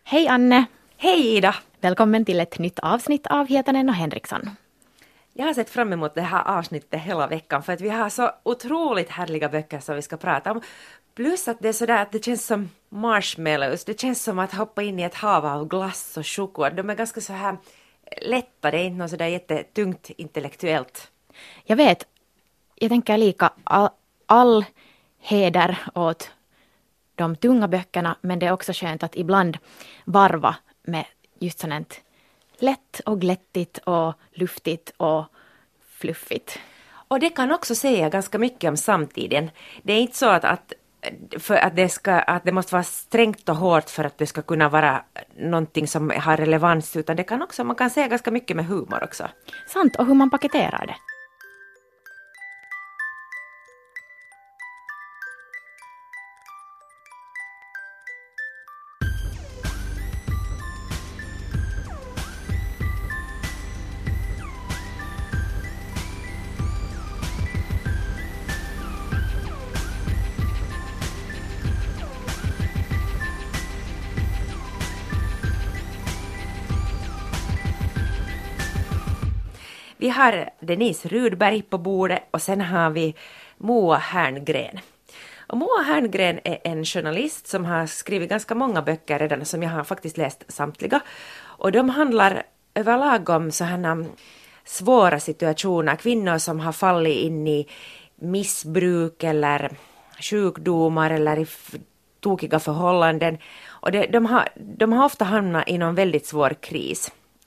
Hej Anne! Hej Ida! Välkommen till ett nytt avsnitt av Hietanen och Henriksson. Jag har sett fram emot det här avsnittet hela veckan för att vi har så otroligt härliga böcker som vi ska prata om. Plus att det är sådär att det känns som marshmallows. Det känns som att hoppa in i ett hav av glass och choklad. De är ganska så här lätta, det är inte något sådär jättetungt intellektuellt. Jag vet, jag tänker lika all heder åt de tunga böckerna, men det är också skönt att ibland varva med just sådant lätt och glättigt och luftigt och fluffigt. Och det kan också säga ganska mycket om samtiden. Det är inte så att det måste vara strängt och hårt för att det ska kunna vara någonting som har relevans, utan det kan också, man kan säga ganska mycket med humor också. Sant, och hur man paketerar det. Vi har Denise Rudberg på bordet och sen har vi Moa Herngren. Och Moa Herngren är en journalist som har skrivit ganska många böcker redan, som jag har faktiskt läst samtliga. Och de handlar överlag om sådana svåra situationer, kvinnor som har fallit in i missbruk eller sjukdomar eller i tokiga förhållanden. Och de har ofta hamnat i någon väldigt svår kris.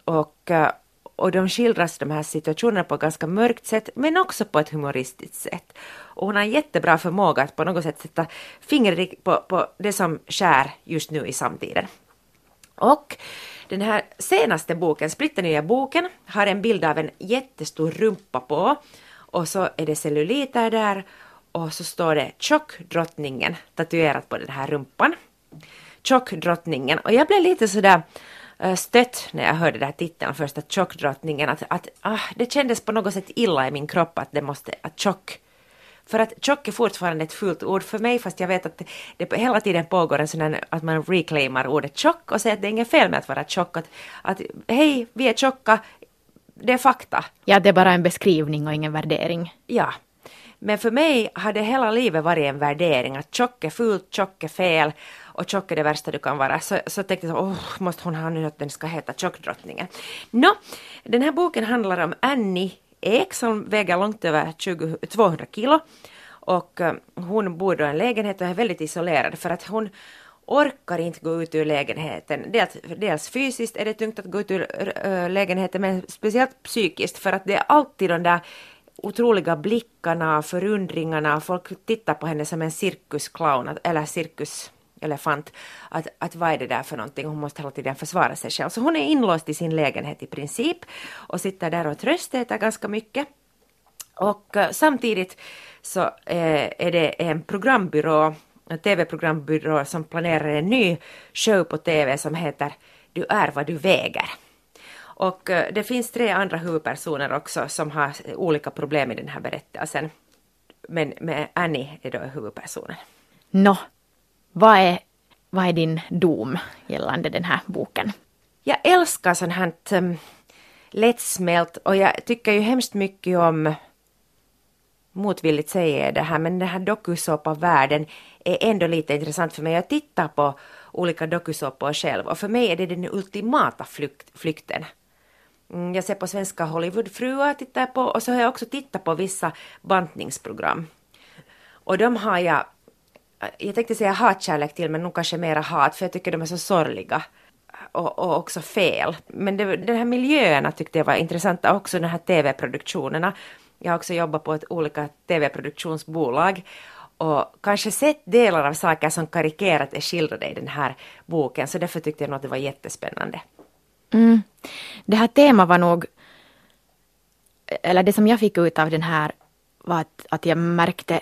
Och de skildras de här situationerna på ett ganska mörkt sätt, men också på ett humoristiskt sätt. Och hon har en jättebra förmåga att på något sätt sätta fingret på det som skär just nu i samtiden. Och den här senaste boken, splitternya boken, har en bild av en jättestor rumpa på. Och så är det celluliter där och så står det Tjockdrottningen tatuerat på den här rumpan. Tjockdrottningen. Och jag blev lite sådär stött när jag hörde den här titeln först, att Tjockdrottningen, det kändes på något sätt illa i min kropp att tjock. För att tjock är fortfarande ett fult ord för mig, fast jag vet att det hela tiden pågår en sån här, att man reclaimar ordet tjock och säger att det är inget fel med att vara tjock. Att hej, vi är tjocka, det är fakta. Ja, det är bara en beskrivning och ingen värdering. Ja, men för mig har det hela livet varit en värdering att tjock är fult, tjock är fel och tjock är det värsta du kan vara. Så tänkte jag, måste hon ha nu att den ska heta Tjockdrottningen. Den här boken handlar om Annie Ek som väger långt över 200 kilo. Och hon bor i en lägenhet och är väldigt isolerad för att hon orkar inte gå ut ur lägenheten. Dels fysiskt är det tungt att gå ut ur lägenheten, men speciellt psykiskt, för att det är alltid de där otroliga blickarna, förundringarna. Folk tittar på henne som en cirkusclown eller cirkuselefant. Att vad är det där för någonting? Hon måste hela tiden försvara sig själv. Så hon är inlåst i sin lägenhet i princip och sitter där och tröstäter ganska mycket. Och samtidigt så är det en tv-programbyrå som planerar en ny show på tv som heter Du är vad du väger. Och det finns 3 andra huvudpersoner också som har olika problem i den här berättelsen. Men med Annie är då huvudpersonen. Vad är din dom gällande den här boken? Jag älskar sånt här lättsmält och jag tycker ju hemskt mycket om, motvilligt säger jag det här, men den här dokusåpa-världen är ändå lite intressant för mig. Jag tittar på olika dokusåpor själv och för mig är det den ultimata flykten. Jag ser på svenska Hollywoodfruar tittar på, och så har jag också tittat på vissa bantningsprogram. Och de har jag tänkte säga hatkärlek till, men nog kanske mera hat, för jag tycker de är så sorgliga och också fel. Men den här miljöerna tyckte jag var intressanta, också de här tv-produktionerna. Jag har också jobbat på ett olika tv-produktionsbolag och kanske sett delar av saker som karikerat är skildrade i den här boken, så därför tyckte jag nog att det var jättespännande. Det här temat var nog, eller det som jag fick ut av den här var att jag märkte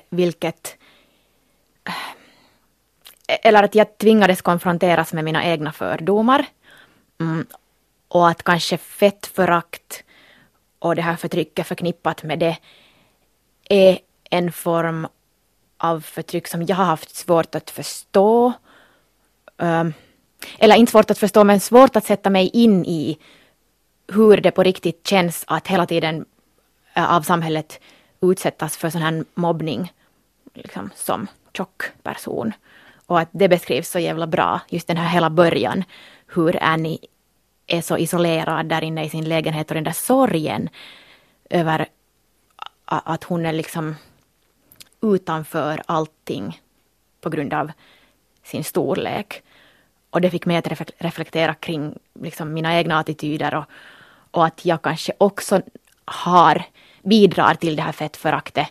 eller att jag tvingades konfronteras med mina egna fördomar och att kanske fettförakt och det här förtrycket förknippat med det är en form av förtryck som jag har haft svårt att förstå. eller inte svårt att förstå, men svårt att sätta mig in i hur det på riktigt känns att hela tiden av samhället utsättas för sån här mobbning liksom, som tjock person. Och att det beskrivs så jävla bra, just den här hela början, hur Annie är så isolerad där inne i sin lägenhet och den där sorgen över att hon är liksom utanför allting på grund av sin storlek. Och det fick mig att reflektera kring liksom mina egna attityder och att jag kanske också bidrar till det här fettföraktet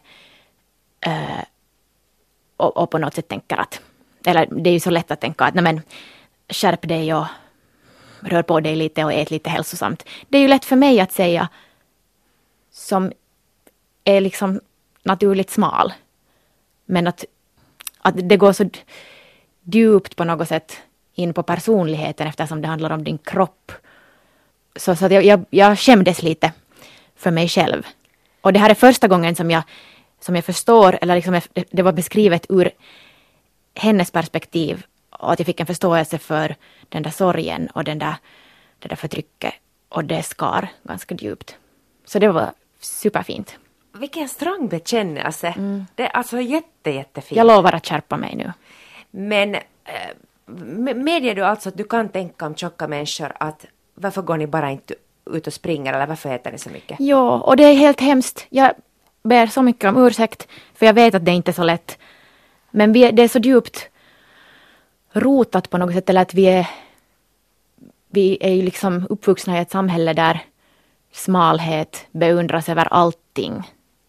och på något sätt tänker att, eller det är ju så lätt att tänka att nej men, skärp dig och rör på dig lite och ät lite hälsosamt. Det är ju lätt för mig att säga som är liksom naturligt smal. Men att det går så djupt på något sätt in på personligheten eftersom det handlar om din kropp. Så att jag skämdes lite för mig själv. Och det här är första gången som jag förstår, eller liksom det var beskrivet ur hennes perspektiv och att jag fick en förståelse för den där sorgen och det där förtrycket och det skar ganska djupt. Så det var superfint. Vilken strong bekännelse. Det är alltså jättefint. Jag lovar att skärpa mig nu. Men medger du alltså att du kan tänka om tjocka människor att varför går ni bara inte ut och springer eller varför äter ni så mycket? Ja, och det är helt hemskt. Jag ber så mycket om ursäkt för jag vet att det inte är så lätt. Men det är så djupt rotat på något sätt, eller att vi är ju liksom uppvuxna i ett samhälle där smalhet beundras över allting.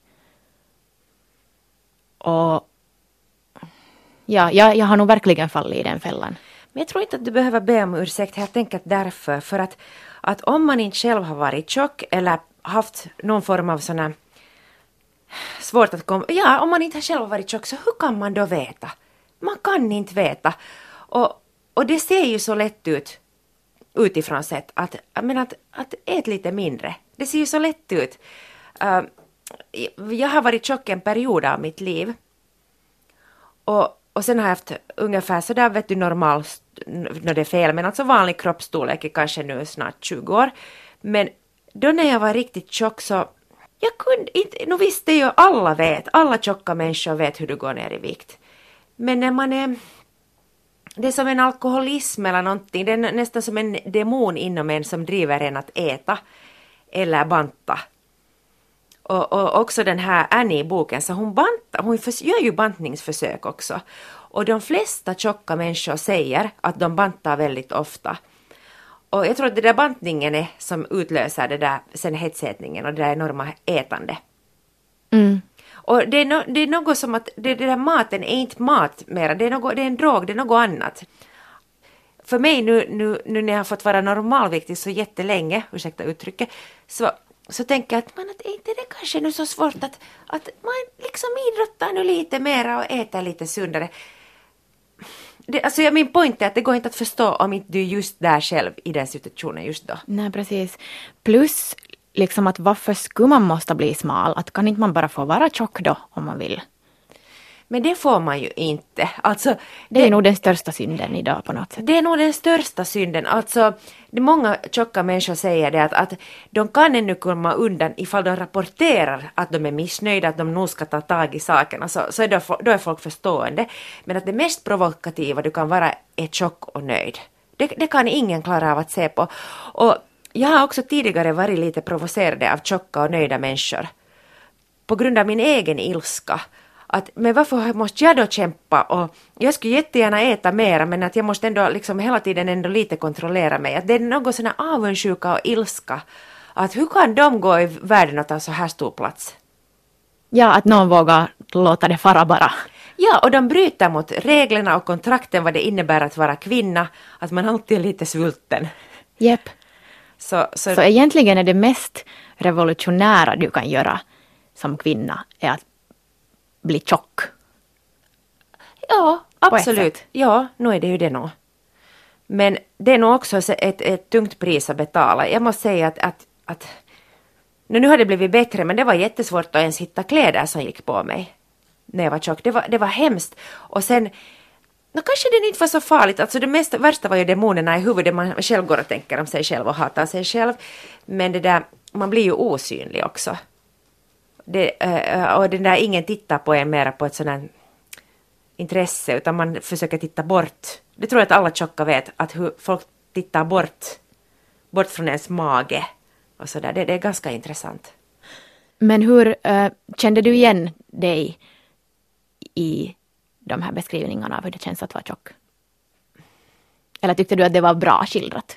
Och ja, jag har nog verkligen fallit i den fällan. Men jag tror inte att du behöver be om ursäkt helt enkelt därför. För att om man inte själv har varit tjock eller haft någon form av såna svårt att komma... Ja, om man inte själv har varit tjock så hur kan man då veta? Man kan inte veta. Och det ser ju så lätt ut utifrån sett att ät lite mindre. Det ser ju så lätt ut. Jag har varit tjock en period av mitt liv. Och sen har jag haft ungefär så där vet du normal, när det är fel, men alltså vanlig kroppsstorlek är kanske nu snart 20 år. Men då när jag var riktigt tjock så jag kunde inte, nu visste ju alla tjocka människor vet hur du går ner i vikt. Men när man är, det är som en alkoholism eller någonting, det är nästan som en demon inom en som driver en att äta eller banta. Och också den här Annie i boken, så hon gör ju bantningsförsök också. Och de flesta tjocka människor säger att de bantar väldigt ofta. Och jag tror att det där bantningen är som utlöser det där sen hetsätningen och det där enorma ätande. Mm. Och det är något som att det där maten är inte mat mer, det är en drog, det är något annat. För mig nu när jag har fått vara normalviktig så jättelänge, ursäkta uttrycket, så tänker jag att är inte det kanske nu så svårt att man liksom idrottar nu lite mer och äter lite sundare. Min point är att det går inte att förstå om inte du är just där själv i den situationen just då. Nej, precis. Plus liksom att varför skulle man måste bli smal? Att kan inte man bara få vara tjock då om man vill? Men det får man ju inte. Alltså, det är nog den största synden idag på något sätt. Det är nog den största synden. Alltså, det många tjocka människor säger det att de kan ännu komma undan ifall de rapporterar att de är missnöjda, att de nog ska ta tag i sakerna. Så då är folk förstående. Men att det mest provokativa du kan vara är tjock och nöjd. Det kan ingen klara av att se på. Och jag har också tidigare varit lite provocerad av tjocka och nöjda människor. På grund av min egen ilska. Men varför måste jag då kämpa? Och jag skulle jättegärna äta mera, men att jag måste ändå liksom hela tiden ändå lite kontrollera mig. Att det är något sån här avundsjuka och ilska. Att hur kan de gå i världen och ta så här stor plats? Ja, att någon vågar låta det fara bara. Ja, och de bryter mot reglerna och kontrakten vad det innebär att vara kvinna. Att man alltid är lite svulten. Jepp. Så egentligen är det mest revolutionära du kan göra som kvinna är att bli tjock. Ja, absolut. Ja, nu är det ju det nog. Men det är nog också ett tungt pris att betala. Jag måste säga att nu har det blivit bättre, men det var jättesvårt att ens hitta kläder som gick på mig när jag var tjock. Det var hemskt. Och sen Kanske det inte var så farligt. Alltså det värsta var ju demonerna i huvudet. Man själv går och tänker om sig själv och hatar sig själv. Men det där, man blir ju osynlig också. Och det där, ingen tittar på en mera på ett sådant intresse, utan man försöker titta bort. Det tror jag att alla tjocka vet, att hur folk tittar bort från ens mage. Och så där. Det är ganska intressant. Men hur kände du igen dig i de här beskrivningarna av hur det känns att vara tjock? Eller tyckte du att det var bra skildrat?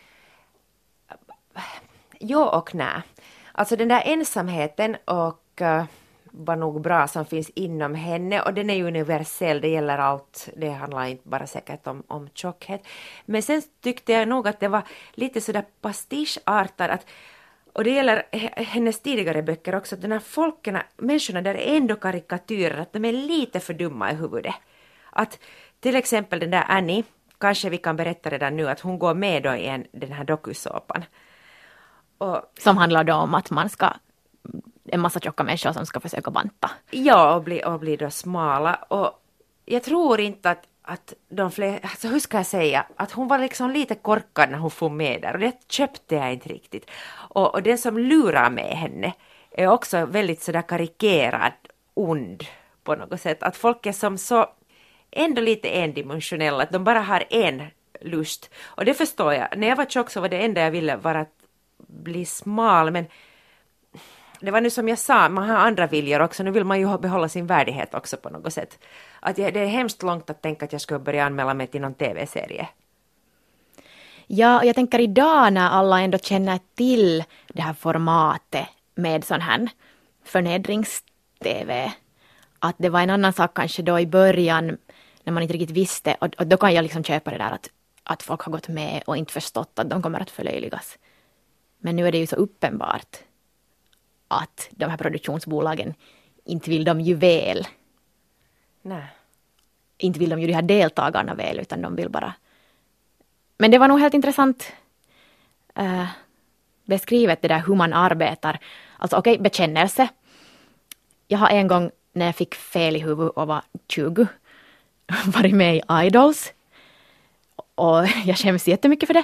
Ja och nej. Alltså den där ensamheten och var nog bra som finns inom henne, och den är ju universell, det gäller allt, det handlar inte bara säkert om tjockhet. Men sen tyckte jag nog att det var lite sådär pastischartat, och det gäller hennes tidigare böcker också, att den här människorna där är ändå karikatyrer, att de är lite för dumma i huvudet. Att till exempel den där Annie, kanske vi kan berätta redan nu att hon går med då i den här dokusåpan. Som handlar då om att man ska, en massa tjocka människor som ska försöka banta. Ja, och bli då smala. Och jag tror inte att de flesta, alltså hur ska jag säga, att hon var liksom lite korkad när hon får med där. Och det köpte jag inte riktigt. Och den som lurar med henne är också väldigt sådär karikerad, ond på något sätt. Att folk är som så ändå lite endimensionella, att de bara har en lust. Och det förstår jag. När jag var tjock så var det enda jag ville vara att bli smal, men det var nu som jag sa, man har andra viljor också. Nu vill man ju behålla sin värdighet också på något sätt. Att det är hemskt långt att tänka att jag ska börja anmäla mig till någon tv-serie. Ja, jag tänker idag när alla ändå känner till det här formatet med sån här förnedrings-tv. Att det var en annan sak kanske då i början när man inte riktigt visste. Och då kan jag liksom köpa det där att folk har gått med och inte förstått att de kommer att förlöjligas. Men nu är det ju så uppenbart att de här produktionsbolagen inte vill de ju väl. Nej. Inte vill de ju de här deltagarna väl, utan de vill bara. Men det var nog helt intressant beskrivet det där hur man arbetar. Alltså okej, bekännelse. Jag har en gång när jag fick fel i huvudet och var 20 varit med i Idols. Och jag skäms jättemycket för det.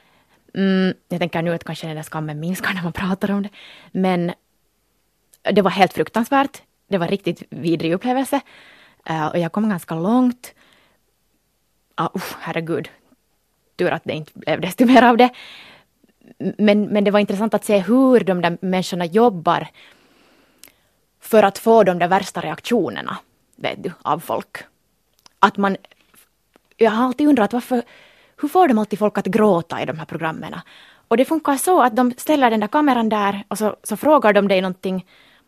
Jag tänker nu att kanske den där skammen minskar när man pratar om det. Men det var helt fruktansvärt. Det var riktigt vidrig upplevelse. Och jag kom ganska långt. Herregud. Tur att det inte blev desto mer av det. Men det var intressant att se hur de där människorna jobbar för att få de där värsta reaktionerna, vet du, av folk. Jag har alltid undrat hur får de alltid folk att gråta i de här programmen? Och det funkar så att de ställer den där kameran där och så frågar de dig någonting.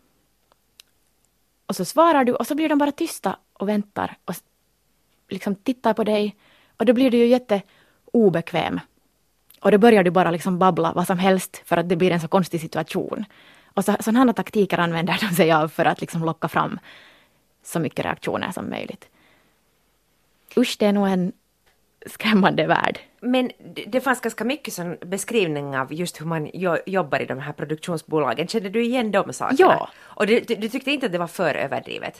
Och så svarar du och så blir de bara tysta och väntar och liksom tittar på dig. Och då blir du ju jätteobekväm. Och då börjar du bara liksom babbla vad som helst för att det blir en så konstig situation. Och sådana här taktiker använder de sig av för att liksom locka fram så mycket reaktioner som möjligt. Usch, det är nog en skrämmande värld. Men det fanns ganska mycket sån beskrivning av just hur man jobbar i de här produktionsbolagen. Kände du igen de sakerna? Ja. Och du tyckte inte att det var för överdrivet?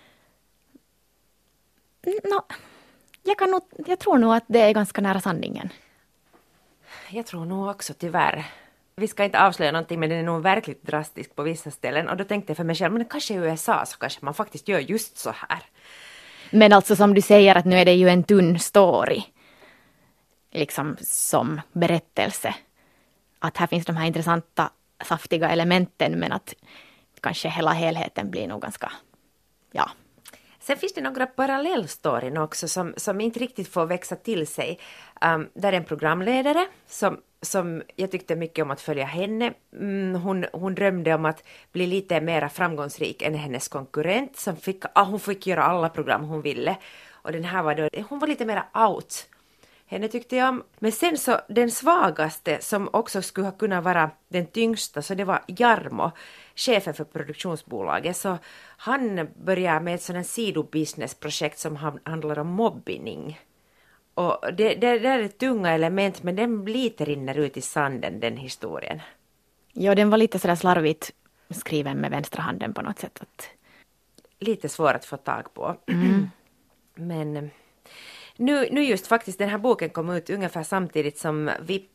Jag tror nog att det är ganska nära sanningen. Jag tror nog också, tyvärr. Vi ska inte avslöja någonting, men den är nog verkligt drastisk på vissa ställen. Och då tänkte jag för mig själv, men kanske i USA så kanske man faktiskt gör just så här. Men alltså som du säger att nu är det ju en tunn story. Liksom som berättelse. Att här finns de här intressanta, saftiga elementen, men att kanske hela helheten blir nog ganska, ja. Sen finns det några parallellstoryn också som inte riktigt får växa till sig. Där är en programledare som jag tyckte mycket om att följa henne. Hon drömde om att bli lite mer framgångsrik än hennes konkurrent. Hon fick göra alla program hon ville. Och den här var då, hon var lite mer out. Henne tyckte jag om. Men sen så den svagaste som också skulle ha kunnat vara den tyngsta, så det var Jarmo, chefen för produktionsbolaget. Så han började med ett sådant sidobusinessprojekt som handlar om mobbning. Och det är ett tunga element, men den lite rinner ut i sanden, den historien. Ja, den var lite sådär slarvigt skriven med vänstra handen på något sätt. Lite svår att få tag på. Men Nu just faktiskt, den här boken kom ut ungefär samtidigt som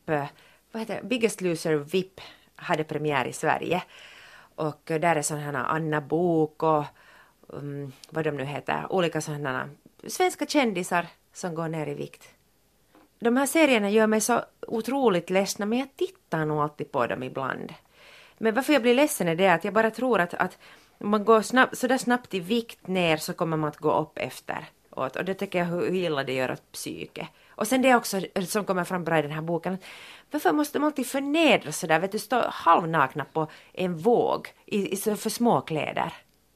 Biggest Loser VIP hade premiär i Sverige. Och där är sådana här Anna Bok och vad de nu heter, olika sådana svenska kändisar som går ner i vikt. De här serierna gör mig så otroligt ledsna, men jag tittar nog alltid på dem ibland. Men varför jag blir ledsen är det att jag bara tror att om man går så snabbt i vikt ner så kommer man att gå upp efter. Och det tycker jag hur illa det gör åt psyke. Och sen det också som kommer fram bra i den här boken. Varför måste man alltid förnedra sådär? Vet du, stå halvnakna på en våg i så för små kläder.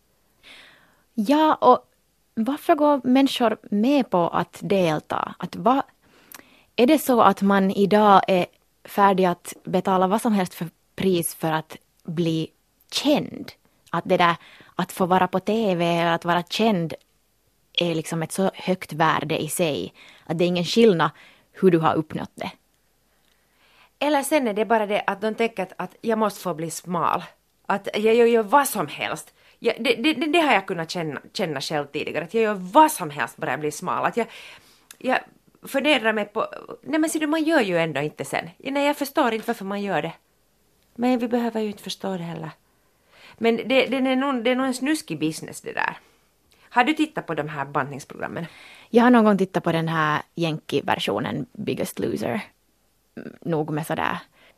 Ja, och varför går människor med på att delta? Är det så att man idag är färdig att betala vad som helst för pris för att bli känd? Att det där att få vara på TV eller att vara känd är liksom ett så högt värde i sig att det är ingen skillnad hur du har uppnått det. Eller sen är det bara det att de tänker att jag måste få bli smal. Att jag gör vad som helst. Det har jag kunnat känna själv tidigare. Att jag gör vad som helst bara jag blir smal. Att jag förnedrar mig på... Nej men ser du, man gör ju ändå inte sen. Nej, jag förstår inte varför man gör det. Men vi behöver ju inte förstå det heller. Men det är nog en snuskig business det där. Har du tittat på de här bantningsprogrammen? Jag har någon gång tittat på den här Yankee-versionen Biggest Loser. Nog med sådär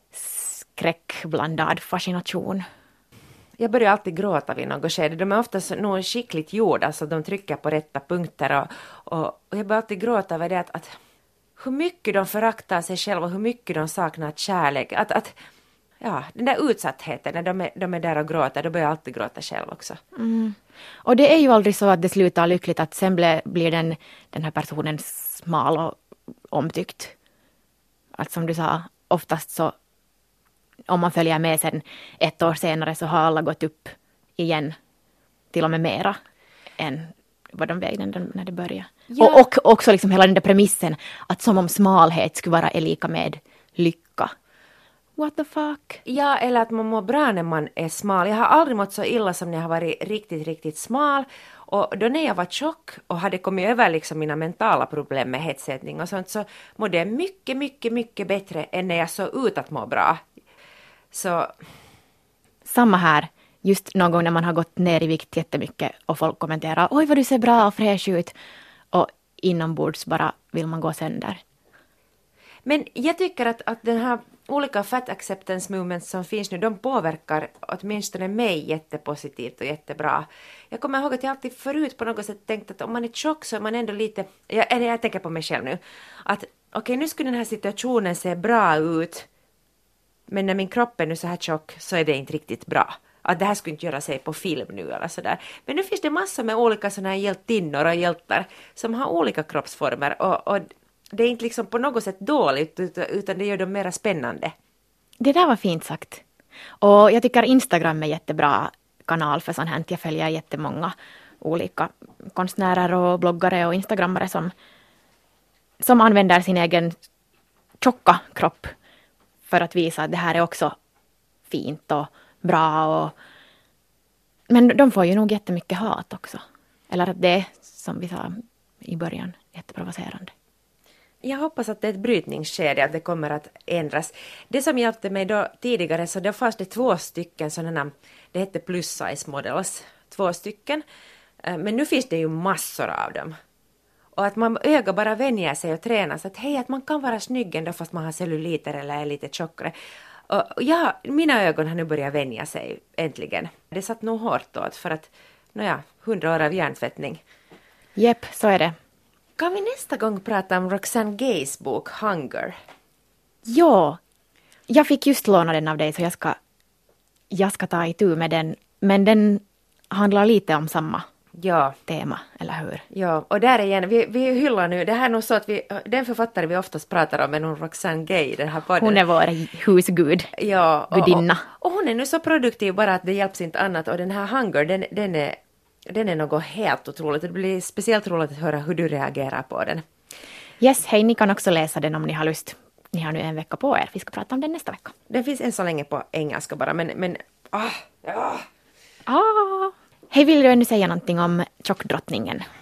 skräckblandad fascination. Jag börjar alltid gråta vid något skede. De är oftast nog skickligt gjorda så de trycker på rätta punkter. Och jag börjar alltid gråta över det att hur mycket de föraktar sig själva och hur mycket de saknar kärlek. Ja, den där utsattheten när de är där och gråter, då börjar jag alltid gråta själv också. Mm. Och det är ju aldrig så att det slutar lyckligt att sen blir den här personen smal och omtyckt. Att som du sa, oftast så om man följer med sen ett år senare så har alla gått upp igen till och med mera än vad de vägde när det började. Ja. Och också liksom hela den där premissen att som om smalhet skulle vara lika med lycka. What the fuck? Ja, eller att man mår bra när man är smal. Jag har aldrig mått så illa som när jag har varit riktigt, riktigt smal. Och då när jag var tjock och hade kommit över liksom mina mentala problem med hetsätning och sånt så mådde jag mycket, mycket, mycket bättre än när jag såg ut att må bra. Så... Samma här. Just någon gång när man har gått ner i vikt jättemycket och folk kommenterar oj vad du ser bra och fräsch ut. Och inombords bara vill man gå sönder. Men jag tycker att den här olika fat acceptance movements som finns nu, de påverkar åtminstone mig jättepositivt och jättebra. Jag kommer ihåg att jag alltid förut på något sätt tänkt att om man är tjock så är man ändå lite, jag tänker på mig själv nu, att okej, nu skulle den här situationen se bra ut, men när min kropp är nu så här tjock så är det inte riktigt bra. Att det här skulle inte göra sig på film nu eller sådär. Men nu finns det massor med olika sådana här hjältinnor och hjältar som har olika kroppsformer och det är inte liksom på något sätt dåligt utan det gör dem mer spännande. Det där var fint sagt. Och jag tycker Instagram är jättebra kanal för sånt här. Jag följer jättemånga olika konstnärer och bloggare och instagrammare som använder sin egen tjocka kropp för att visa att det här är också fint och bra. Men de får ju nog jättemycket hat också. Eller att det är, som vi sa i början, jätteprovocerande. Jag hoppas att det är ett brytningsskede, att det kommer att ändras. Det som hjälpte mig då tidigare så då fanns det 2 stycken sådana, det hette plus size models, 2 stycken. Men nu finns det ju massor av dem. Och att man öga bara vänjer sig och tränar så att hej, att man kan vara snygg ändå fast man har celluliter eller är lite tjockare. Och ja, mina ögon har nu börjat vänja sig äntligen. Det satt nog hårt åt för att, 100 år av hjärntvättning. Jepp, så är det. Kan vi nästa gång prata om Roxane Gays bok Hunger? Ja, jag fick just låna den av dig så jag ska ta itu med den. Men den handlar lite om samma tema, eller hur? Ja, och där igen, vi hyllar nu, det här är nog så att den författare vi oftast pratar om är nog Roxane Gay, den här podden. Hon är vår husgud, gudinna. Och hon är nu så produktiv bara att det hjälps inte annat och den här Hunger, den är något helt otroligt. Det blir speciellt roligt att höra hur du reagerar på den. Yes, hej, ni kan också läsa den om ni har lust. Ni har nu en vecka på er. Vi ska prata om den nästa vecka. Den finns än så länge på engelska bara, men Hej, vill du ännu säga någonting om tjockdrottningen?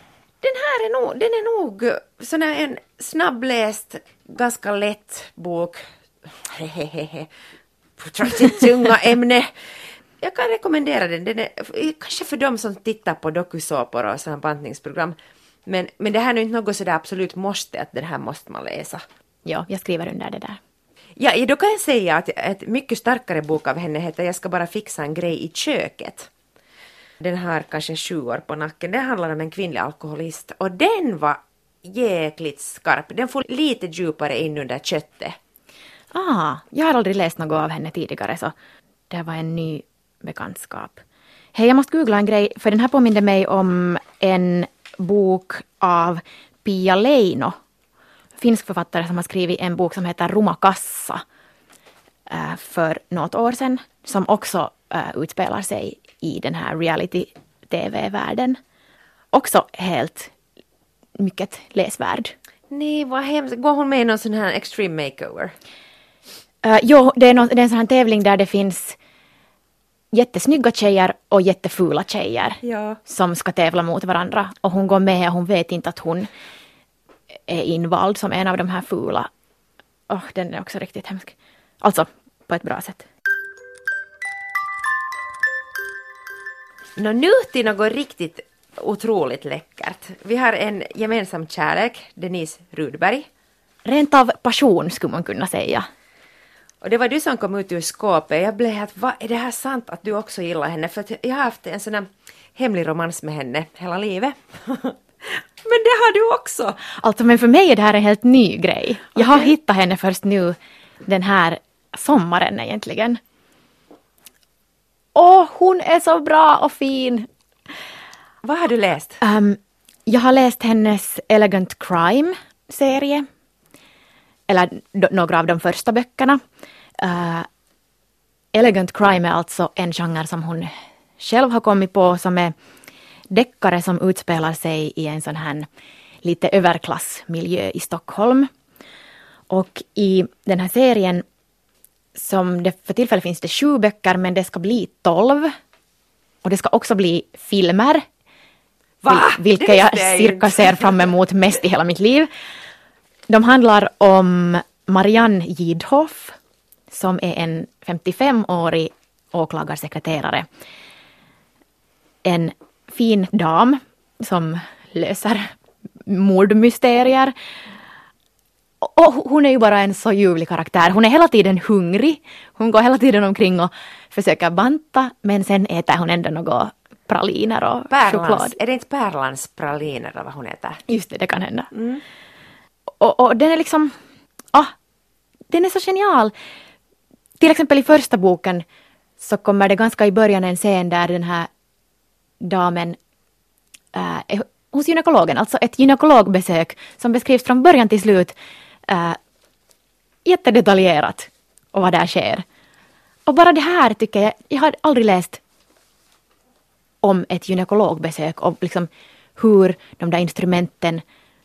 Den är nog sån här en snabbläst, ganska lätt bok. Hehehe. Sitt tunga ämne. Jag kan rekommendera den. Den är kanske för dem som tittar på dokusåpor och sådana bantningsprogram. Men det här är inte något sådär absolut måste, att den här måste man läsa. Ja, jag skriver under det där. Ja, då kan jag säga att ett mycket starkare bok av henne heter Jag ska bara fixa en grej i köket. Den har kanske 7 år på nacken. Den handlar om en kvinnlig alkoholist. Och den var jäkligt skarp. Den får lite djupare in under köttet. Jag har aldrig läst något av henne tidigare, så det var en ny bekantskap. Hej, jag måste googla en grej, för den här påminner mig om en bok av Pia Leino, finsk författare som har skrivit en bok som heter Rumakassa för något år sedan, som också utspelar sig i den här reality-tv-världen. Också helt mycket läsvärd. Nej, vad hemskt. Går hon med i någon sån här extreme makeover? Jo, det är en sån här tävling där det finns jättesnygga tjejer och jättefula tjejer som ska tävla mot varandra. Och hon går med och hon vet inte att hon är invald som en av de här fula. Den är också riktigt hemsk. Alltså, på ett bra sätt. Nu till något riktigt otroligt läckert. Vi har en gemensam kärlek, Denise Rudberg. Rent av passion skulle man kunna säga. Och det var du som kom ut ur skåpet. Jag blev helt, är det här sant att du också gillar henne? För att jag har haft en sån här hemlig romans med henne hela livet. Men det har du också. Alltså, men för mig är det här en helt ny grej. Jag har hittat henne först nu den här sommaren egentligen. Hon är så bra och fin. Vad har du läst? Jag har läst hennes Elegant Crime-serie. Eller några av de första böckerna. Elegant Crime är alltså en genre som hon själv har kommit på, som är deckare som utspelar sig i en sån här lite överklassmiljö i Stockholm. Och i den här serien, som det för tillfället finns det 7 böcker, men det ska bli 12. Och det ska också bli filmer. Vilka jag cirka ser fram emot mest i hela mitt liv. De handlar om Marianne Gidhoff, som är en 55-årig åklagarsekreterare. En fin dam som löser mordmysterier. Och hon är ju bara en så ljuvlig karaktär. Hon är hela tiden hungrig. Hon går hela tiden omkring och försöker banta, men sen äter hon ändå något praliner och choklad. Är det inte Pärlans praliner eller vad hon äter? Just det kan hända. Och den är liksom, den är så genial. Till exempel i första boken så kommer det ganska i början en scen där den här damen är hos gynekologen, alltså ett gynekologbesök som beskrivs från början till slut jättedetaljerat och vad där sker. Och bara det här tycker jag har aldrig läst om ett gynekologbesök och liksom hur de där instrumenten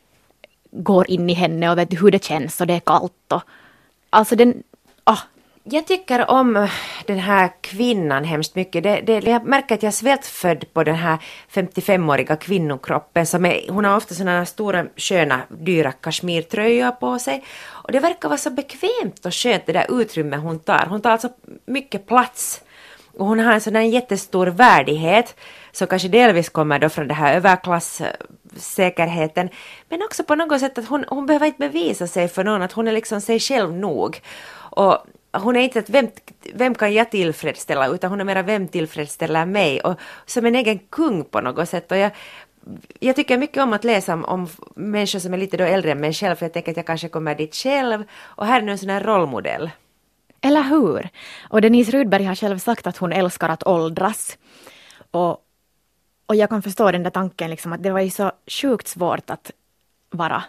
går in i henne och vet hur det känns och det är kallt. Och, alltså Jag tycker om den här kvinnan hemskt mycket. Jag märker att jag är svältfödd på den här 55-åriga kvinnokroppen. Hon har ofta sådana stora, sköna, dyra kashmirtröjor på sig. Och det verkar vara så bekvämt och skönt det där utrymme hon tar. Hon tar alltså mycket plats. Och hon har en sån här jättestor värdighet. Så kanske delvis kommer då från det här överklasssäkerheten. Men också på något sätt att hon behöver inte bevisa sig för någon. Att hon är liksom sig själv nog. Och hon är inte att vem kan jag tillfredsställa, utan hon är mera vem tillfredsställer mig. Och som en egen kung på något sätt. Och jag tycker mycket om att läsa om människor som är lite då äldre än mig själv. För jag tänker att jag kanske kommer dit själv. Och här är nu en sån här rollmodell. Eller hur? Och Denise Rudberg har själv sagt att hon älskar att åldras. Och jag kan förstå den där tanken liksom, att det var ju så sjukt svårt att vara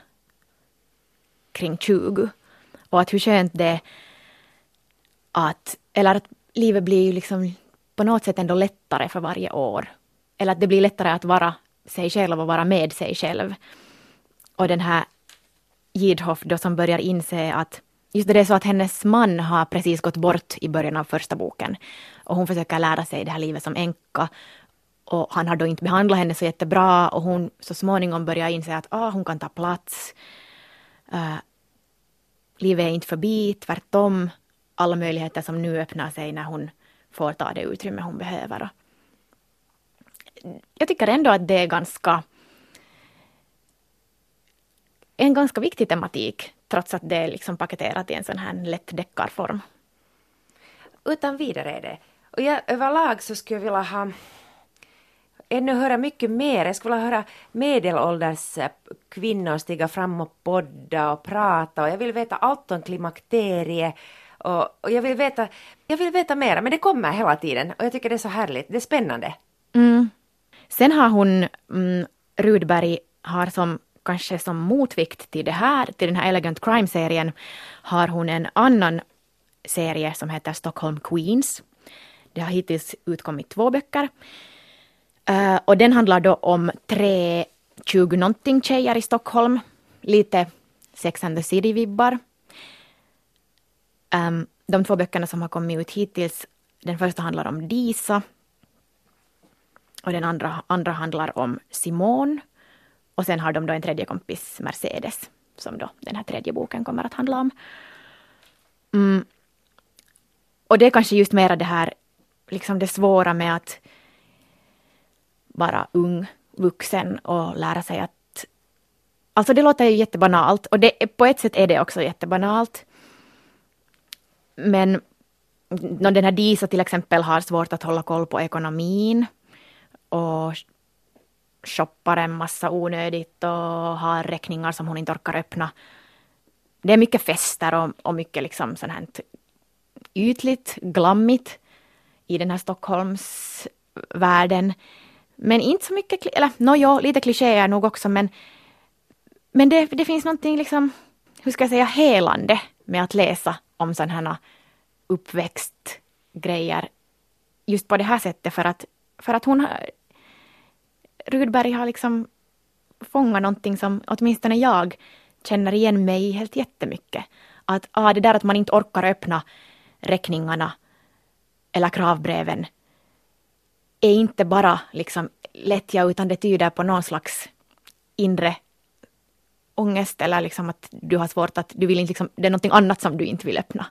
kring 20. Och att hur skönt det att livet blir ju liksom på något sätt ändå lättare för varje år. Eller att det blir lättare att vara sig själv och vara med sig själv. Och den här Gidhoff då som börjar inse att just det är så att hennes man har precis gått bort i början av första boken. Och hon försöker lära sig det här livet som änka. Och han har då inte behandlat henne så jättebra och hon så småningom börjar inse att hon kan ta plats. Livet är inte förbi, tvärtom. Alla möjligheter som nu öppnar sig när hon får ta det utrymme hon behöver. Jag tycker ändå att det är en ganska viktig tematik, trots att det är liksom paketerat i en sån här lätt deckarform. Utan vidare är det. Och jag överlag så skulle jag vilja höra mycket mer. Jag skulle vilja höra medelålders kvinnor stiga fram och podda och prata. Och jag vill veta allt om klimakterie. Och jag vill veta mer, men det kommer hela tiden. Och jag tycker det är så härligt. Det är spännande. Mm. Sen har hon, Rudberg har kanske som motvikt till till den här Elegant Crime-serien, har hon en annan serie som heter Stockholm Queens. Det har hittills utkommit 2 böcker. Och den handlar då om 3 20-nånting tjejer i Stockholm. Lite Sex and the City-vibbar. De 2 böckerna som har kommit ut hittills, den första handlar om Disa. Och den andra handlar om Simone. Och sen har de då en tredje kompis, Mercedes, som då den här tredje boken kommer att handla om. Och det är kanske just mera det här, liksom det svåra med att vara ung, vuxen och lära sig att... Alltså det låter ju jättebanalt och på ett sätt är det också jättebanalt. Men den här Disa till exempel har svårt att hålla koll på ekonomin och shoppar en massa onödigt och har räkningar som hon inte orkar öppna. Det är mycket fester och mycket liksom sånt här ytligt, glammigt i den här Stockholmsvärlden. Men inte så mycket, lite klichéer nog också, men det finns någonting liksom, hur ska jag säga, helande med att läsa om sådana här uppväxtgrejer just på det här sättet, för att Rudberg har liksom fångat någonting som åtminstone jag känner igen mig helt jättemycket. Att det där att man inte orkar öppna räkningarna eller kravbreven är inte bara liksom lättja, utan det tyder på någon slags inre ångest eller liksom att du har svårt att du vill inte liksom, det är någonting annat som du inte vill öppna.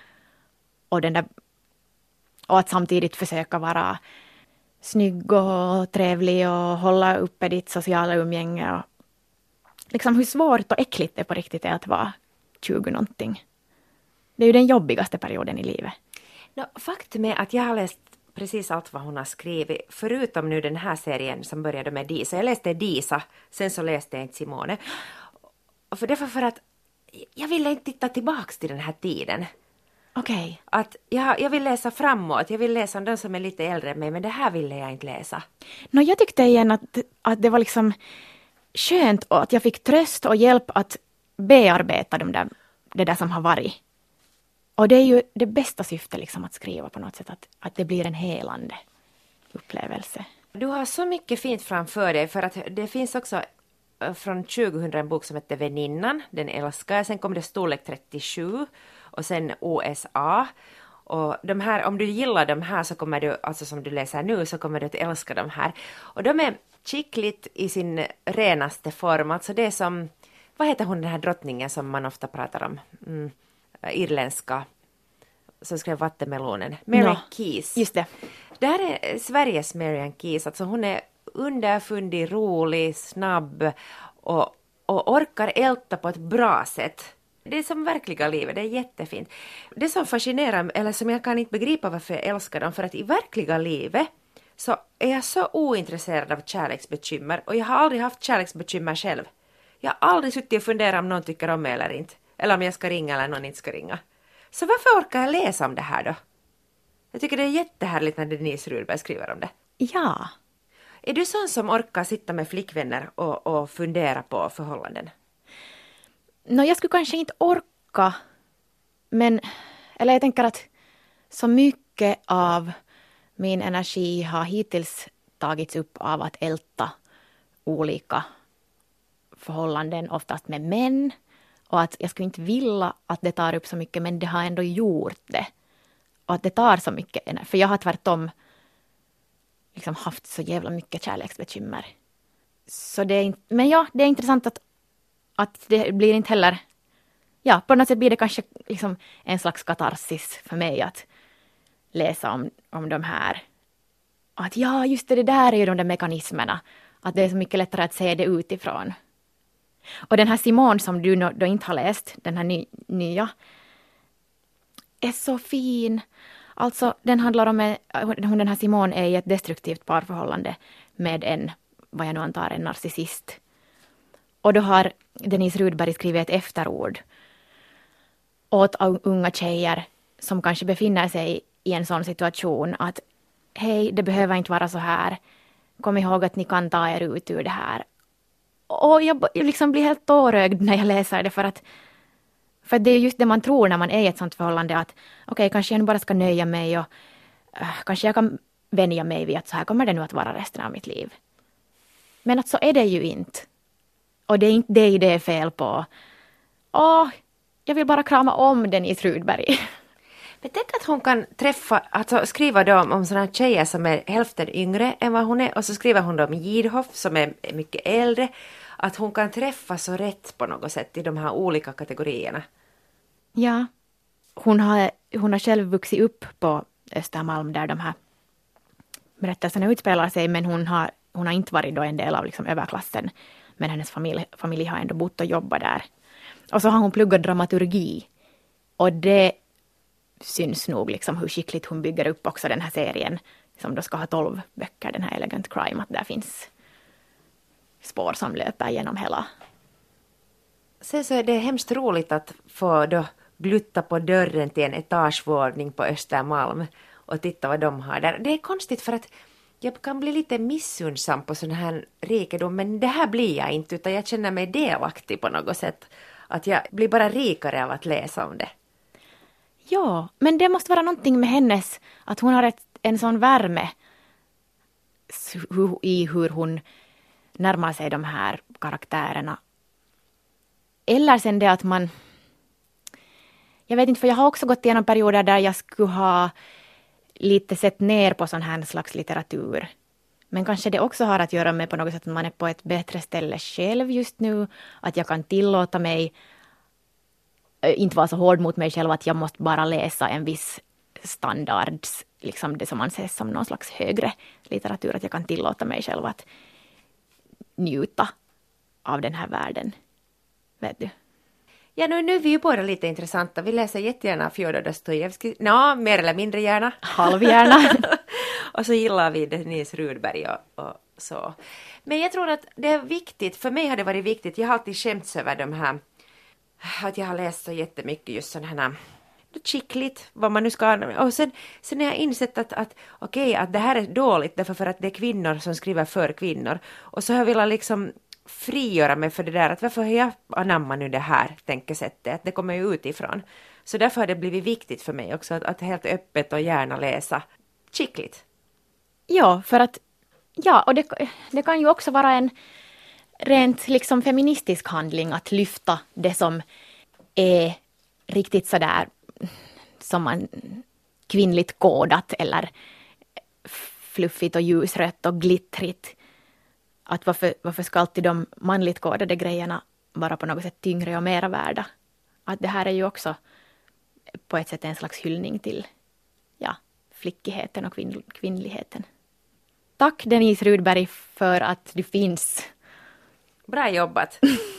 Och att samtidigt försöka vara snygg och trevlig och hålla uppe ditt sociala umgänge och liksom hur svårt och äckligt det på riktigt är att vara 20-någonting. Det är ju den jobbigaste perioden i livet. Faktum är att jag har läst precis allt vad hon har skrivit, förutom nu den här serien som började med Disa. Jag läste Disa, sen så läste jag inte Simone. Och för att jag ville inte titta tillbaks till den här tiden. Okej. Att jag vill läsa framåt, jag vill läsa om de som är lite äldre än mig, men det här ville jag inte läsa. Jag tyckte igen att det var liksom skönt och att jag fick tröst och hjälp att bearbeta det där som har varit. Och det är ju det bästa syftet liksom att skriva på något sätt, att det blir en helande upplevelse. Du har så mycket fint framför dig, för att det finns också från 2000 en bok som heter Väninnan, den älskar jag. Sen kom det storlek 37 och sen OSA. Och de här, om du gillar de här så kommer du, alltså som du läser nu, så kommer du att älska de här. Och de är chickligt i sin renaste form, alltså det är som, vad heter hon den här drottningen som man ofta pratar om? Irländska, som skrev Vattenmelonen. Marianne Keyes. Just det. Det här är Sveriges Marianne Keyes. Alltså hon är underfundig, rolig, snabb och orkar älta på ett bra sätt. Det är som verkliga livet, det är jättefint. Det som fascinerar, eller som jag kan inte begripa varför jag älskar dem, för att i verkliga livet så är jag så ointresserad av kärleksbekymmer, och jag har aldrig haft kärleksbekymmer själv. Jag har aldrig suttit och funderat om någon tycker om mig eller inte. Eller om jag ska ringa eller någon inte ska ringa. Så varför orkar jag läsa om det här då? Jag tycker det är jättehärligt när Denise Rudberg skriver om det. Ja. Är du sån som orkar sitta med flickvänner och fundera på förhållanden? Jag skulle kanske inte orka, eller jag tänker att så mycket av min energi har hittills tagits upp av att älta olika förhållanden, oftast med män. Och att jag skulle inte vilja att det tar upp så mycket, men det har ändå gjort det. Och att det tar så mycket energi. För jag har tvärtom liksom haft så jävla mycket kärleksbekymmer. Så det är inte, men ja, det är intressant att det blir inte heller, ja, på något sätt blir det kanske liksom en slags katarsis för mig att läsa om de här. Att ja, just det där är ju de där mekanismerna. Att det är så mycket lättare att se det utifrån. Och den här Simone som du då inte har läst, den här nya, är så fin. Alltså, den handlar om den här Simone är i ett destruktivt parförhållande med en, vad jag nu antar, en narcissist. Och då har Denise Rudberg skrivit ett efterord åt unga tjejer som kanske befinner sig i en sån situation att hej, det behöver inte vara så här. Kom ihåg att ni kan ta er ut ur det här. Och jag liksom blir helt tårögd när jag läser det för det är just det man tror när man är i ett sånt förhållande att okej, kanske jag nu bara ska nöja mig och kanske jag kan vänja mig vid att så här kommer det nu att vara resten av mitt liv. Men att så är det ju inte. Och det är inte dig det är fel på. Jag vill bara krama om Denise Rudberg. Men tänk att hon kan skriva då om sådana tjejer som är hälften yngre än vad hon är. Och så skriver hon då om Gidhoff som är mycket äldre. Att hon kan träffa så rätt på något sätt i de här olika kategorierna. Ja, hon har själv vuxit upp på Östermalm där de här berättelserna utspelar sig. Men hon har inte varit då en del av liksom överklassen. Men hennes familj har ändå bott och jobbat där. Och så har hon pluggat dramaturgi. Och det syns nog liksom hur skickligt hon bygger upp också den här serien. Som då ska ha 12 böcker, den här Elegant Crime. Att där finns spår som löper genom hela. Sen så är det hemskt roligt att få då glutta på dörren till en etagevåning på Östermalm. Och titta vad de har där. Det är konstigt för att jag kan bli lite missunnsam på sån här rikedom. Men det här blir jag inte, utan jag känner mig delaktig på något sätt. Att jag blir bara rikare av att läsa om det. Ja, men det måste vara någonting med hennes, att hon har en sån värme i hur hon närmar sig de här karaktärerna. Eller sen det att man, jag vet inte, för jag har också gått igenom perioder där jag skulle ha lite sett ner på sån här slags litteratur. Men kanske det också har att göra med på något sätt att man är på ett bättre ställe själv just nu. Att jag kan tillåta mig inte vara så hård mot mig själv att jag måste bara läsa en viss standards, liksom det som man ses som någon slags högre litteratur. Att jag kan tillåta mig själv att njuta av den här världen. Vet du? Ja, nu är vi ju båda lite intressanta. Vi läser jättegärna Fjodor Dostojevskij. Mer eller mindre gärna. Halvgärna. Och så gillar vi Denise Rudberg och så. Men jag tror att det är viktigt, för mig har det varit viktigt, jag har alltid skämts över de här, att jag har läst så jättemycket just sådana här chickligt, vad man nu ska använda. Och sen har jag insett att det här är dåligt därför för att det är kvinnor som skriver för kvinnor. Och så har jag velat liksom frigöra mig för det där, att varför har jag anammat nu det här tänkesättet, att det kommer ju utifrån. Så därför har det blivit viktigt för mig också att helt öppet och gärna läsa chickligt. Ja, för att och det kan ju också vara en rent liksom feministisk handling att lyfta det som är riktigt sådär som man kvinnligt kodat eller fluffigt och ljusrött och glittrigt. Att varför ska alltid de manligt kodade grejerna vara på något sätt tyngre och mera värda? Att det här är ju också på ett sätt en slags hyllning till flickigheten och kvinnligheten. Tack Denise Rudberg för att du finns. Bra jobbat.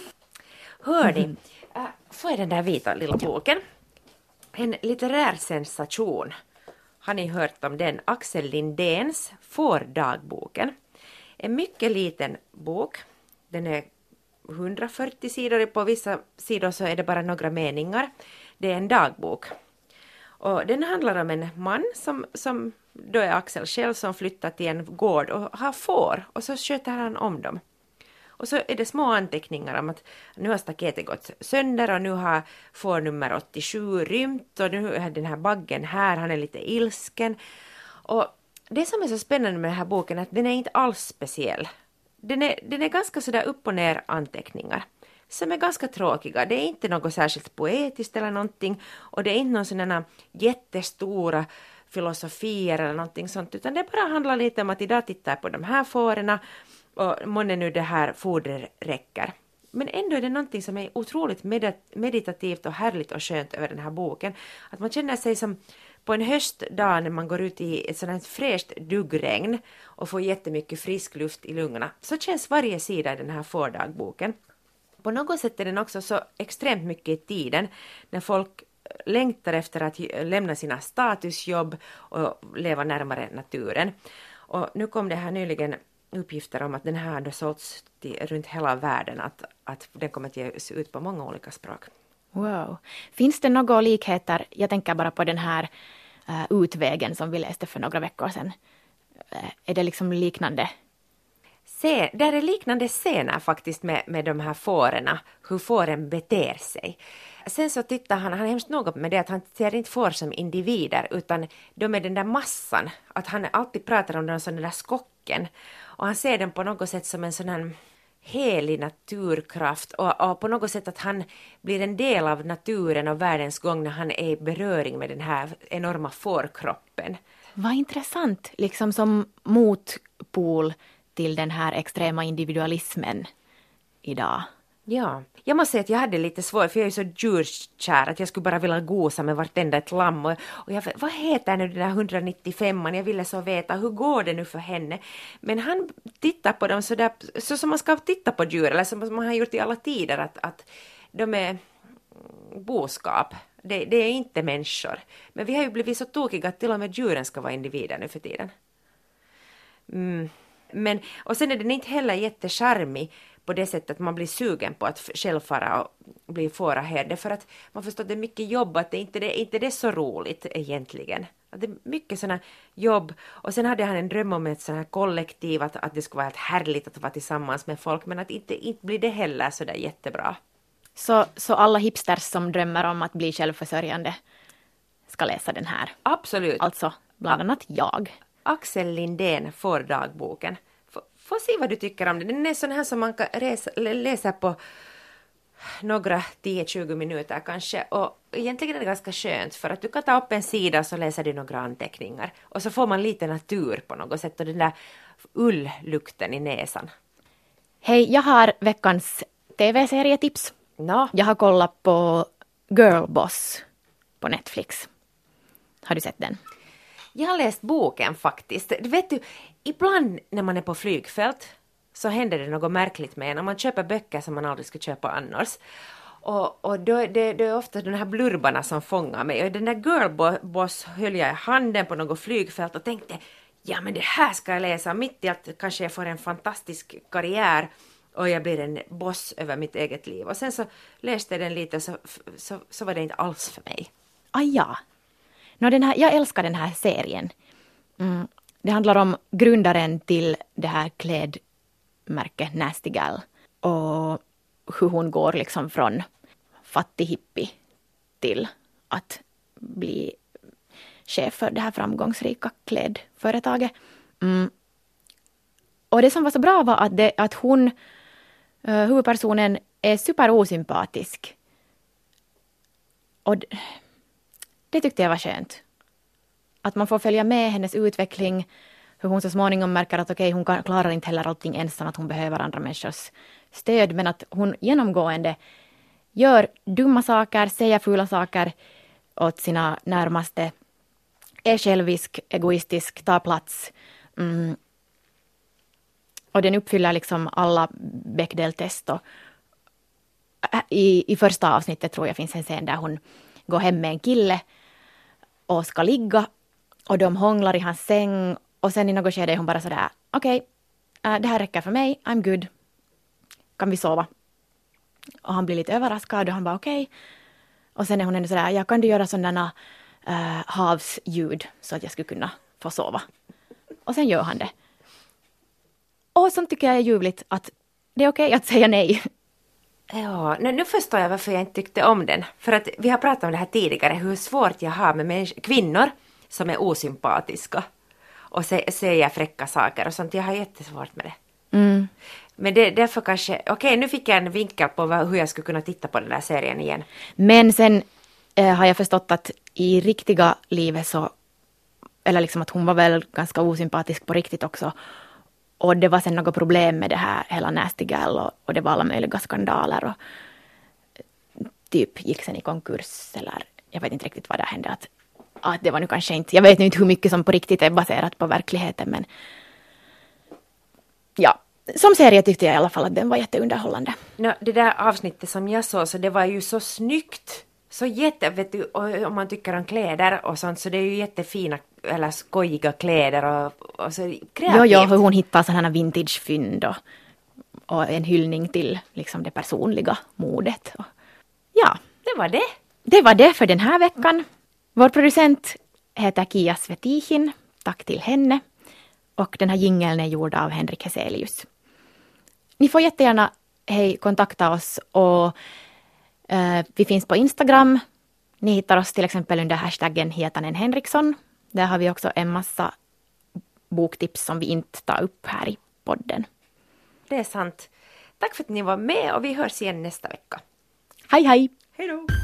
Hörni, får jag den där vita lilla boken? En litterär sensation. Har ni hört om den? Axel Lindéns Fårdagboken. En mycket liten bok. Den är 140 sidor. På vissa sidor så är det bara några meningar. Det är en dagbok. Och den handlar om en man som då är Axel själv som flyttar till en gård och har får. Och så sköter han om dem. Och så är det små anteckningar om att nu har staketet gått sönder och nu har får nummer 87 rymt och nu är den här baggen här, han är lite ilsken. Och det som är så spännande med den här boken är att den är inte alls speciell. Den är ganska sådär upp och ner anteckningar som är ganska tråkiga. Det är inte något särskilt poetiskt eller någonting och det är inte någon sådana jättestora filosofier eller någonting sånt, utan det bara handlar lite om att idag tittar jag på de här fårorna och månne nu det här fodret räcker. Men ändå är det någonting som är otroligt meditativt och härligt och skönt över den här boken. Att man känner sig som på en höstdag när man går ut i ett sådant fräscht duggregn och får jättemycket frisk luft i lungorna. Så känns varje sida i den här fårdagboken. På något sätt är den också så extremt mycket i tiden när folk längtar efter att lämna sina statusjobb och leva närmare naturen. Och nu kom det här nyligen uppgifter om att den här hade sålts runt hela världen, att den kommer att ges ut på många olika språk. Wow. Finns det några likheter? Jag tänker bara på den här utvägen som vi läste för några veckor sedan. Är det liksom liknande? Där är liknande scener faktiskt med de här fårorna, hur fåren beter sig. Sen så tittar han är hemskt något med det att han ser inte får som individer utan de är den där massan. Att han alltid pratar om den som den där skocken. Och han ser den på något sätt som en sån här helig naturkraft och på något sätt att han blir en del av naturen och världens gång när han är i beröring med den här enorma fårkroppen. Vad intressant, liksom som motpol till den här extrema individualismen idag. Ja, jag måste säga att jag hade lite svårt för jag är så djurkär att jag skulle bara vilja gosa med vartenda ett lamm och vad heter nu den där 195an? Jag ville så veta hur går det nu för henne. Men han tittar på dem så som man ska titta på djur eller som man har gjort i alla tider att de är boskap. Det är inte människor. Men vi har ju blivit så tokiga att till och med djuren ska vara individer nu för tiden. Men, och sen är den inte heller jättecharmig på det sättet att man blir sugen på att själv fara och bli fåraherde för att man förstår att det är mycket jobb att det inte är så roligt egentligen. Att det är mycket sådana jobb och sen hade han en dröm om ett sådant här kollektiv att det skulle vara helt härligt att vara tillsammans med folk men att inte blir det heller så där jättebra. Så alla hipsters som drömmer om att bli självförsörjande ska läsa den här? Absolut. Alltså bland annat jag. Axel Lindén får dagboken. Få se vad du tycker om den. Den är sån här som man kan läsa på några 10-20 minuter kanske. Och egentligen är det ganska skönt för att du kan ta upp en sida och så läser du några anteckningar. Och så får man lite natur på något sätt och den där ulllukten i näsan. Hej, jag har veckans tv-serietips. No. Jag har kollat på Girl Boss på Netflix. Har du sett den? Jag har läst boken faktiskt. Vet du, ibland när man är på flygfält så händer det något märkligt med en. Om man köper böcker som man aldrig skulle köpa annars. Och då det är ofta de här blurbarna som fångar mig. Och den där Girl Boss höll jag i handen på något flygfält och tänkte ja men det här ska jag läsa. Mitt i att kanske jag får en fantastisk karriär och jag blir en boss över mitt eget liv. Och sen så läste jag den lite och så var det inte alls för mig. Ja. Jag älskar den här serien. Det handlar om grundaren till det här klädmärket Nasty Gal. Och hur hon går liksom från fattig hippie till att bli chef för det här framgångsrika klädföretaget. Och det som var så bra var att hon, huvudpersonen, är superosympatisk. Och det tyckte jag var skönt. Att man får följa med hennes utveckling. Hur hon så småningom märker att hon klarar inte heller allting ensam. Att hon behöver andra människors stöd. Men att hon genomgående gör dumma saker, säger fula saker åt sina närmaste. Är självisk, egoistisk, tar plats. Och den uppfyller liksom alla Bechdel-test. I första avsnittet tror jag finns en scen där hon går hem med en kille och ska ligga och de hånglar i hans säng och sen i något skede är hon bara sådär okej, det här räcker för mig, I'm good, kan vi sova? Och han blir lite överraskad och han bara okej. Och sen är hon ändå sådär, ja kan du göra sådana havsljud så att jag skulle kunna få sova? Och sen gör han det. Och så tycker jag är ljuvligt att det är okej att säga nej. Ja, nu förstår jag varför jag inte tyckte om den. För att vi har pratat om det här tidigare, hur svårt jag har med kvinnor som är osympatiska och säger fräcka saker och sånt. Jag har jättesvårt med det. Men därför kanske, okej, nu fick jag en vinkel på hur jag skulle kunna titta på den där serien igen. Men sen har jag förstått att i riktiga livet så eller liksom att hon var väl ganska osympatisk på riktigt också. Och det var sen något problem med det här hela Nasty Gal och det var alla möjliga skandaler och typ gick sen i konkurs eller jag vet inte riktigt vad det hände. Att det var nu kanske inte, jag vet inte hur mycket som på riktigt är baserat på verkligheten, men ja, som serie tyckte jag i alla fall att den var jätteunderhållande. Det där avsnittet som jag såg, så det var ju så snyggt. Så vet du, om man tycker om kläder och sånt, så det är ju jättefina eller skojiga kläder och så kreativt. Jo, hur hon hittar sådana vintagefynd och en hyllning till liksom det personliga modet. Ja, det var det. Det var det för den här veckan. Vår producent heter Kia Svetihin. Tack till henne. Och den här jingeln är gjord av Henrik Heselius. Ni får jättegärna kontakta oss och vi finns på Instagram. Ni hittar oss till exempel under hashtaggen Hietanen Henriksson. Där har vi också en massa boktips som vi inte tar upp här i podden. Det är sant. Tack för att ni var med och vi hörs igen nästa vecka. Hej hej! Hej då!